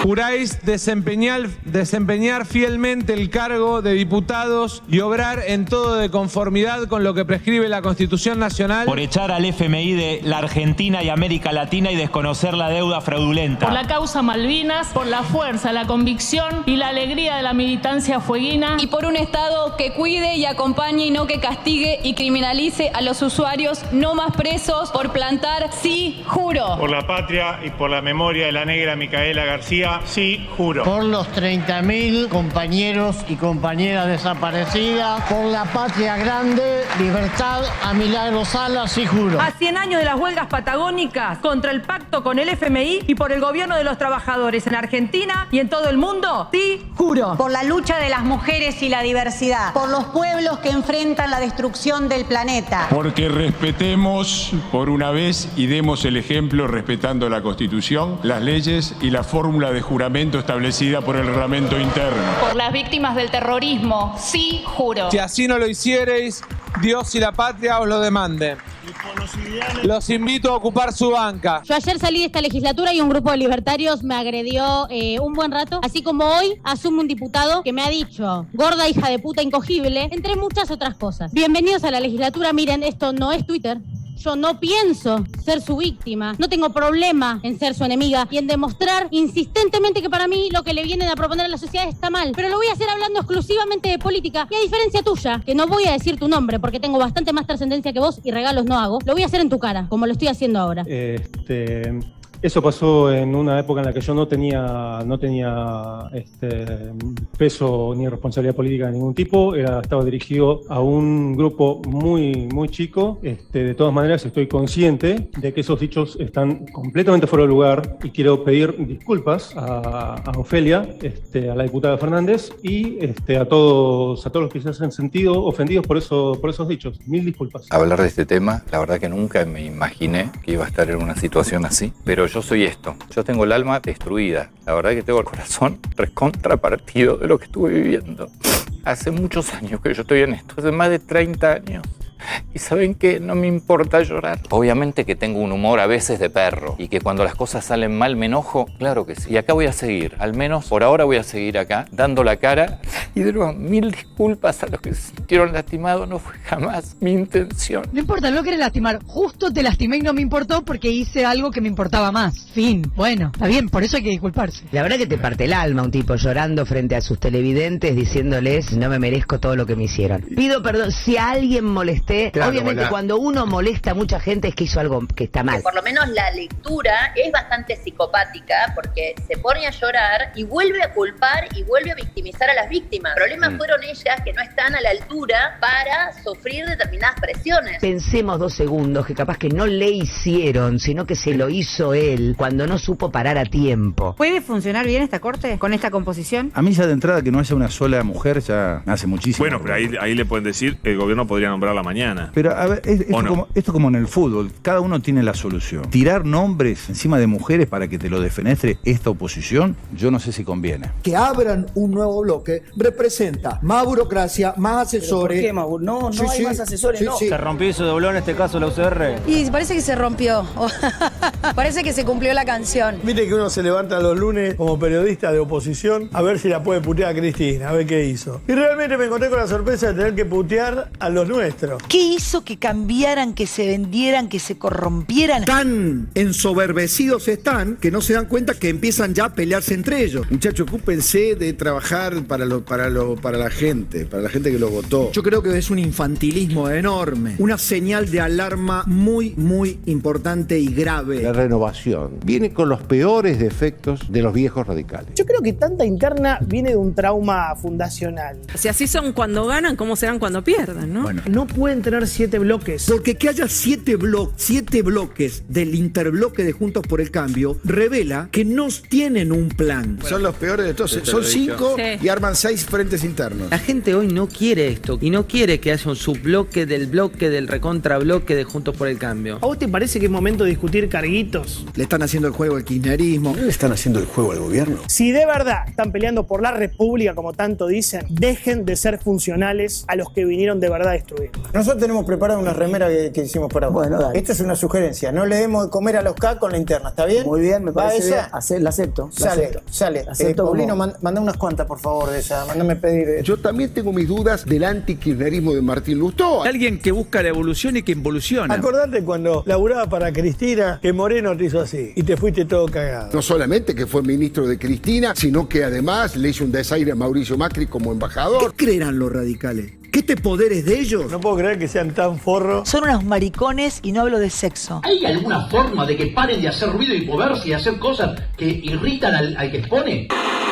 Juráis desempeñar fielmente el cargo de diputados y obrar en todo de conformidad con lo que prescribe la Constitución Nacional. Por echar al FMI de la Argentina y América Latina y desconocer la deuda fraudulenta. Por la causa Malvinas, por la fuerza, la convicción y la alegría de la militancia fueguina. Y por un Estado que cuide y acompañe y no que castigue y criminalice a los usuarios. No más presos por plantar, sí, juro. Por la patria y por la memoria de la negra Micaela García, sí, juro. Por los 30.000 compañeros y compañeras desaparecidas. Por la patria grande, libertad a Milagro Sala, sí, juro. A 100 años de las huelgas patagónicas, contra el pacto con el FMI y por el gobierno de los trabajadores en Argentina y en todo el mundo, sí, juro. Por la lucha de las mujeres y la diversidad. Por los pueblos que enfrentan la destrucción del planeta. Porque respetemos por una vez y demos el ejemplo respetando la Constitución, las leyes y la fórmula de juramento establecida por el reglamento interno. Por las víctimas del terrorismo, sí, juro. Si así no lo hiciereis, Dios y la patria os lo demanden. Los invito a ocupar su banca. Yo ayer salí de esta legislatura y un grupo de libertarios me agredió un buen rato. Así como hoy asume un diputado que me ha dicho gorda hija de puta incogible, entre muchas otras cosas. Bienvenidos a la legislatura. Miren, esto no es Twitter. Yo no pienso ser su víctima, no tengo problema en ser su enemiga y en demostrar insistentemente que para mí lo que le vienen a proponer a la sociedad está mal. Pero lo voy a hacer hablando exclusivamente de política y a diferencia tuya, que no voy a decir tu nombre porque tengo bastante más trascendencia que vos y regalos no hago, lo voy a hacer en tu cara, como lo estoy haciendo ahora. Eso pasó en una época en la que yo no tenía peso ni responsabilidad política de ningún tipo. Estaba dirigido a un grupo muy chico. De todas maneras, estoy consciente de que esos dichos están completamente fuera de lugar y quiero pedir disculpas a Ofelia, a la diputada Fernández y a todos los que se han sentido ofendidos por esos dichos. Mil disculpas. Hablar de este tema, la verdad que nunca me imaginé que iba a estar en una situación así, pero yo soy esto. Yo tengo el alma destruida. La verdad que tengo el corazón recontrapartido de lo que estuve viviendo. Hace muchos años que yo estoy en esto, hace más de 30 años. Y ¿saben qué? No me importa llorar. Obviamente que tengo un humor a veces de perro y que cuando las cosas salen mal me enojo, claro que sí. Y acá voy a seguir, al menos por ahora voy a seguir acá, dando la cara. Y de nuevo, mil disculpas a los que se sintieron lastimados, no fue jamás mi intención. No importa, no querés lastimar, justo te lastimé y no me importó porque hice algo que me importaba más. Fin, bueno, está bien, por eso hay que disculparse. La verdad que te parte el alma un tipo llorando frente a sus televidentes diciéndoles no me merezco todo lo que me hicieron. Pido perdón, si a alguien molesté. Claro, obviamente cuando uno molesta a mucha gente es que hizo algo que está mal. Por lo menos la lectura es bastante psicopática porque se pone a llorar y vuelve a culpar y vuelve a victimizar a las víctimas. El problema fueron ellas que no están a la altura para sufrir determinadas presiones. Pensemos 2 segundos que capaz que no le hicieron, sino que se lo hizo él cuando no supo parar a tiempo. ¿Puede funcionar bien esta corte con esta composición? A mí ya de entrada que no haya una sola mujer ya me hace muchísimo. Bueno, pero ahí le pueden decir el gobierno podría nombrarla mañana. Pero a ver, esto como en el fútbol, cada uno tiene la solución. Tirar nombres encima de mujeres para que te lo defenestre esta oposición, yo no sé si conviene. Que abran un nuevo bloque representa más burocracia, más asesores. ¿Por qué, Mauro? No hay más asesores, no. ¿Se rompió y se dobló en este caso la UCR? Y parece que se rompió. Parece que se cumplió la canción. Viste que uno se levanta los lunes como periodista de oposición a ver si la puede putear a Cristina, a ver qué hizo. Y realmente me encontré con la sorpresa de tener que putear a los nuestros. ¿Qué hizo que cambiaran, que se vendieran, que se corrompieran? Tan ensoberbecidos están que no se dan cuenta que empiezan ya a pelearse entre ellos. Muchachos, ocúpense de trabajar para la gente que lo votó. Yo creo que es un infantilismo enorme, una señal de alarma muy importante y grave. La renovación viene con los peores defectos de los viejos radicales. Yo creo que tanta interna viene de un trauma fundacional. Si así son cuando ganan, ¿cómo serán cuando pierdan, no? Bueno, no pueden tener 7 bloques. Porque que haya 7 bloques del interbloque de Juntos por el Cambio revela que no tienen un plan. Son los peores de todos. Son 5 y arman 6 frentes internos. La gente hoy no quiere esto y no quiere que haya un subbloque del recontrabloque de Juntos por el Cambio. ¿A vos te parece que es momento de discutir carguitos? Le están haciendo el juego al kirchnerismo. ¿No le están haciendo el juego al gobierno? Si de verdad están peleando por la república, como tanto dicen, dejen de ser funcionales a los que vinieron de verdad a destruir. Nosotros tenemos preparada una remera que hicimos para vos. Bueno, dale. Esta es una sugerencia. No le demos de comer a los K con la interna, ¿está bien? Muy bien, me parece bien. La acepto. Sale. Paulino, manda unas cuantas, por favor, de esa. Mándame pedir. Yo también tengo mis dudas del antikirchnerismo de Martín Lustó. Alguien que busca la evolución y que involuciona. Acordate cuando laburaba para Cristina, que Moreno te hizo así y te fuiste todo cagado. No solamente que fue ministro de Cristina, sino que además le hizo un desaire a Mauricio Macri como embajador. ¿Qué creerán los radicales? ¿Que este poder es de ellos? No puedo creer que sean tan forros. Son unos maricones y no hablo de sexo. ¿Hay alguna forma de que paren de hacer ruido y moverse y hacer cosas que irritan al que expone?